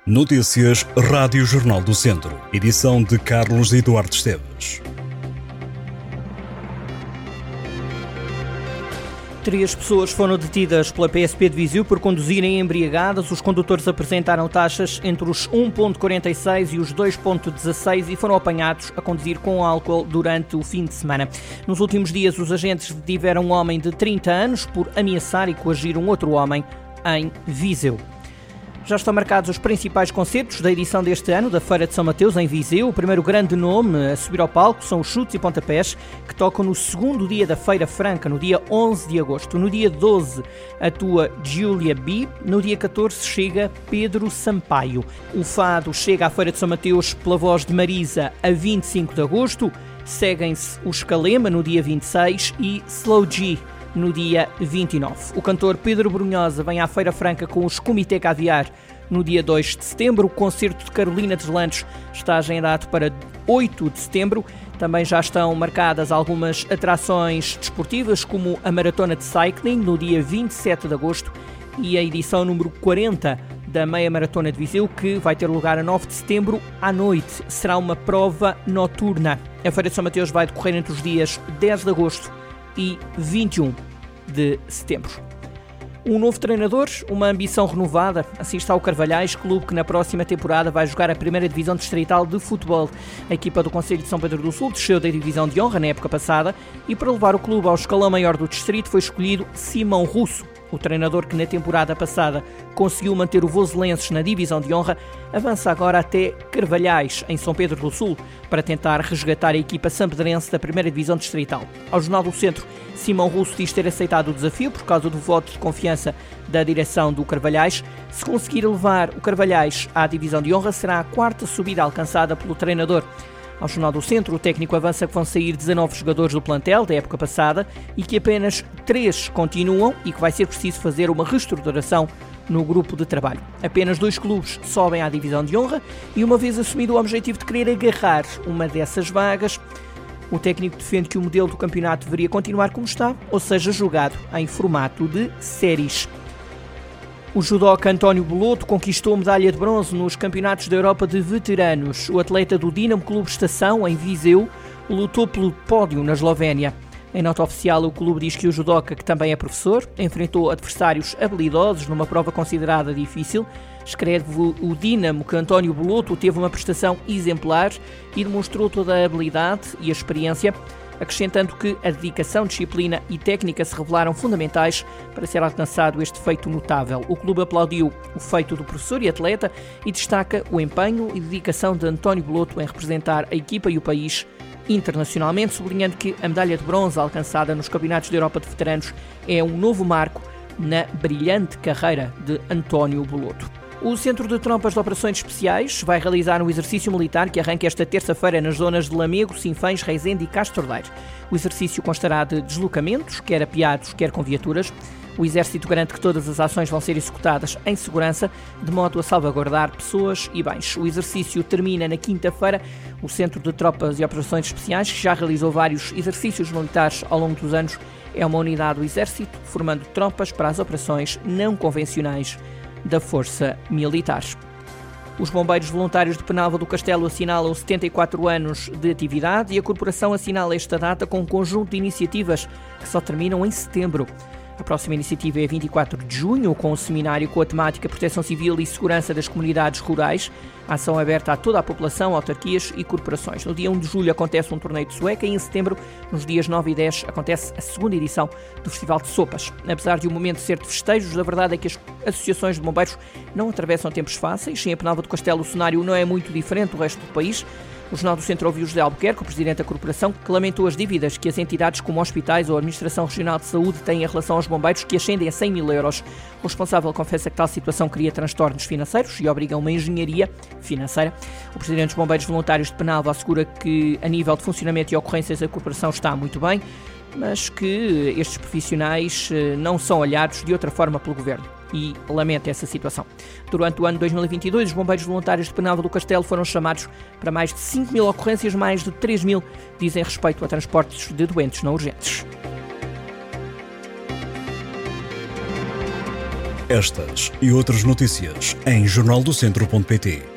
Notícias Rádio Jornal do Centro. Edição de Carlos Eduardo Esteves. 3 pessoas foram detidas pela PSP de Viseu por conduzirem embriagadas. Os condutores apresentaram taxas entre os 1,46 e os 2,16 e foram apanhados a conduzir com álcool durante o fim de semana. Nos últimos dias, os agentes detiveram um homem de 30 anos por ameaçar e coagir um outro homem em Viseu. Já estão marcados os principais concertos da edição deste ano da Feira de São Mateus, em Viseu. O primeiro grande nome a subir ao palco são os Chutes e Pontapés, que tocam no segundo dia da Feira Franca, no dia 11 de agosto. No dia 12 atua Julia B. No dia 14 chega Pedro Sampaio. O fado chega à Feira de São Mateus pela voz de Marisa a 25 de agosto. Seguem-se os Calema no dia 26 e Slow G no dia 29. O cantor Pedro Brunhosa vem à Feira Franca com os Comitê Caviar no dia 2 de setembro. O concerto de Carolina Deslandes está agendado para 8 de setembro. Também já estão marcadas algumas atrações desportivas, como a Maratona de Cycling no dia 27 de agosto e a edição número 40 da Meia Maratona de Viseu, que vai ter lugar a 9 de setembro à noite. Será uma prova noturna. A Feira de São Mateus vai decorrer entre os dias 10 de agosto e 21 de setembro. Um novo treinador, uma ambição renovada, assim está o Carvalhais, clube que na próxima temporada vai jogar a primeira divisão distrital de futebol. A equipa do Concelho de São Pedro do Sul desceu da divisão de honra na época passada e para levar o clube ao escalão maior do distrito foi escolhido Simão Russo. O treinador que na temporada passada conseguiu manter o Voselenses na divisão de honra avança agora até Carvalhais, em São Pedro do Sul, para tentar resgatar a equipa sampedrense da primeira divisão distrital. Ao Jornal do Centro, Simão Russo diz ter aceitado o desafio por causa do voto de confiança da direção do Carvalhais. Se conseguir levar o Carvalhais à divisão de honra, será a 4ª subida alcançada pelo treinador. Ao Jornal do Centro, o técnico avança que vão sair 19 jogadores do plantel da época passada e que apenas 3 continuam e que vai ser preciso fazer uma reestruturação no grupo de trabalho. Apenas 2 clubes sobem à divisão de honra e, uma vez assumido o objetivo de querer agarrar uma dessas vagas, o técnico defende que o modelo do campeonato deveria continuar como está, ou seja, jogado em formato de séries. O judoca António Beloto conquistou medalha de bronze nos Campeonatos da Europa de Veteranos. O atleta do Dinamo Clube Estação, em Viseu, lutou pelo pódio na Eslovénia. Em nota oficial, o clube diz que o judoca, que também é professor, enfrentou adversários habilidosos numa prova considerada difícil. Escreve o Dinamo que António Beloto teve uma prestação exemplar e demonstrou toda a habilidade e a experiência, acrescentando que a dedicação, disciplina e técnica se revelaram fundamentais para ser alcançado este feito notável. O clube aplaudiu o feito do professor e atleta e destaca o empenho e dedicação de António Beloto em representar a equipa e o país internacionalmente, sublinhando que a medalha de bronze alcançada nos Campeonatos da Europa de Veteranos é um novo marco na brilhante carreira de António Beloto. O Centro de Tropas de Operações Especiais vai realizar um exercício militar que arranca esta terça-feira nas zonas de Lamego, Sinfãs, Rezende e Castro Daire. O exercício constará de deslocamentos, quer apeados, quer com viaturas. O Exército garante que todas as ações vão ser executadas em segurança, de modo a salvaguardar pessoas e bens. O exercício termina na quinta-feira. O Centro de Tropas e Operações Especiais, que já realizou vários exercícios militares ao longo dos anos, é uma unidade do Exército, formando tropas para as operações não convencionais da Força Militar. Os bombeiros voluntários de Penalva do Castelo assinalam 74 anos de atividade e a corporação assinala esta data com um conjunto de iniciativas que só terminam em setembro. A próxima iniciativa é 24 de junho, com um seminário com a temática Proteção Civil e Segurança das Comunidades Rurais. A ação é aberta a toda a população, autarquias e corporações. No dia 1 de julho acontece um torneio de sueca e em setembro, nos dias 9 e 10, acontece a segunda edição do Festival de Sopas. Apesar de o momento ser de festejos, a verdade é que as associações de bombeiros não atravessam tempos fáceis. Em Penalva do Castelo o cenário não é muito diferente do resto do país. O Jornal do Centro ouviu José Albuquerque, o presidente da corporação, que lamentou as dívidas que as entidades como hospitais ou a Administração Regional de Saúde têm em relação aos bombeiros, que ascendem a 100 mil euros. O responsável confessa que tal situação cria transtornos financeiros e obriga a uma engenharia financeira. O presidente dos Bombeiros Voluntários de Penalva assegura que, a nível de funcionamento e ocorrências, a corporação está muito bem, mas que estes profissionais não são olhados de outra forma pelo Governo. E lamenta essa situação. Durante o ano 2022, os bombeiros voluntários de Penalva do Castelo foram chamados para mais de 5 mil ocorrências, mais de 3 mil dizem respeito a transportes de doentes não urgentes. Estas e outras notícias em jornaldocentro.pt.